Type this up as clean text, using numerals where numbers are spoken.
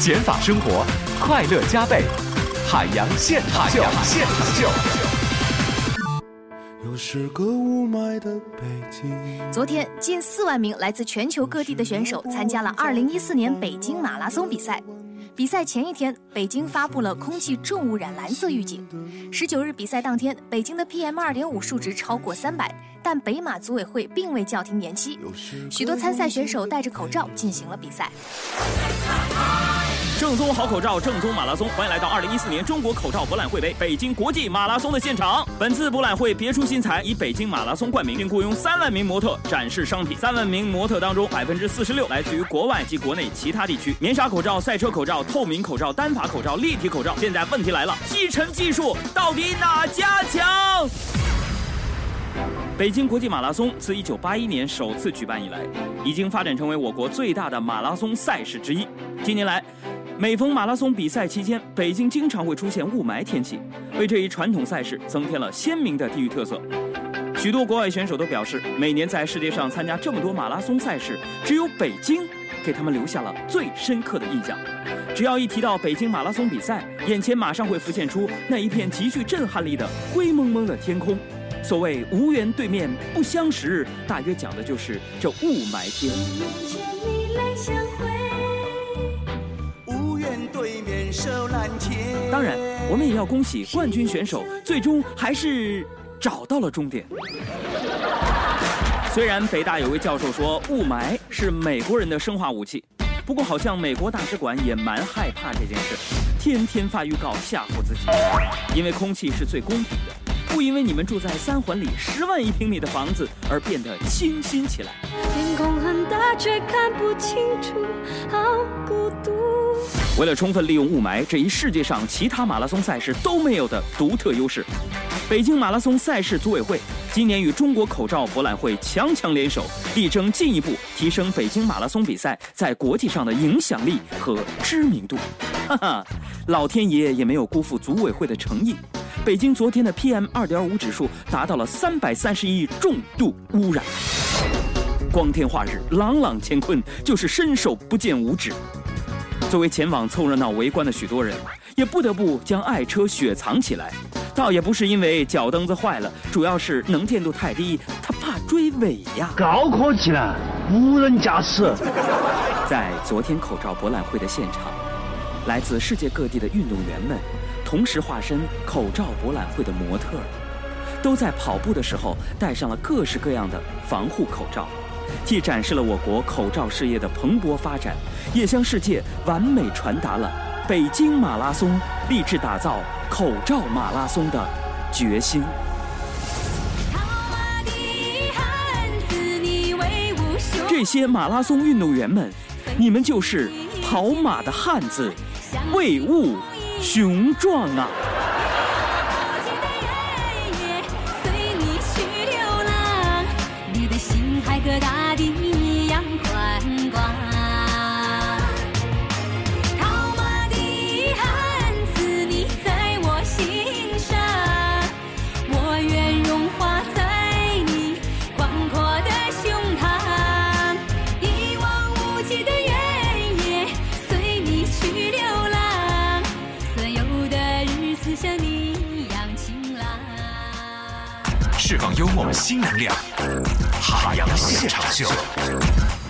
减法生活，快乐加倍。海洋现场秀。 又是个雾霾的北京。 昨天，近4万名来自全球各地的选手参加了2014年北京马拉松比赛。比赛前一天，北京发布了空气重污染蓝色预警。19日比赛当天，北京的 PM2.5 数值超过300，但北马组委会并未叫停延期。许多参赛选手戴着口罩进行了比赛。 正宗好口罩，正宗马拉松，欢迎来到2014年中国口罩博览会杯北京国际马拉松的现场。本次博览会别出心裁，以北京马拉松冠名，并雇佣3万名模特展示商品。3万名模特当中，46%来自于国外及国内其他地区。棉纱口罩、赛车口罩、透明口罩、单发口罩、立体口罩。现在问题来了，吸尘技术到底哪家强？北京国际马拉松自1981年首次举办以来，已经发展成为我国最大的马拉松赛事之一。近年来，每逢马拉松比赛期间，北京经常会出现雾霾天气，为这一传统赛事增添了鲜明的地域特色。许多国外选手都表示，每年在世界上参加这么多马拉松赛事，只有北京给他们留下了最深刻的印象。只要一提到北京马拉松比赛，眼前马上会浮现出那一片极具震撼力的灰蒙蒙的天空。所谓无缘对面不相识，大约讲的就是这雾霾天。当然，我们也要恭喜冠军选手，最终还是找到了终点。虽然北大有位教授说雾霾是美国人的生化武器，不过好像美国大使馆也蛮害怕这件事，天天发预告吓唬自己，因为空气是最公平的，不因为你们住在3环里10万1平米的房子而变得清新起来。 天空很大却看不清楚，好孤独。 为了充分利用雾霾这一世界上其他马拉松赛事都没有的独特优势，北京马拉松赛事组委会今年与中国口罩博览会强联手，力争进一步提升北京马拉松比赛在国际上的影响力和知名度。哈哈，老天爷也没有辜负组委会的诚意。北京昨天的 PM2.5 指数达到了331亿重度污染，光天化日，朗朗乾坤，就是伸手不见五指。作为前往凑热闹围观的许多人，也不得不将爱车雪藏起来，倒也不是因为脚蹬子坏了，主要是能见度太低，他怕追尾呀。 高科技了，无人驾驶。 在昨天口罩博览会的现场，来自世界各地的运动员们同时化身口罩博览会的模特，都在跑步的时候戴上了各式各样的防护口罩，既展示了我国口罩事业的蓬勃发展，也向世界完美传达了北京马拉松立志打造口罩马拉松的决心。这些马拉松运动员们，你们就是跑马的汉子，威武雄壮啊！ 和大地一样宽广，套马的汉子你在我心上，我愿融化在你广阔的胸膛，一望无际的原野随你去流浪，所有的日子像你一样晴朗。 释放幽默新能量，海洋现场秀。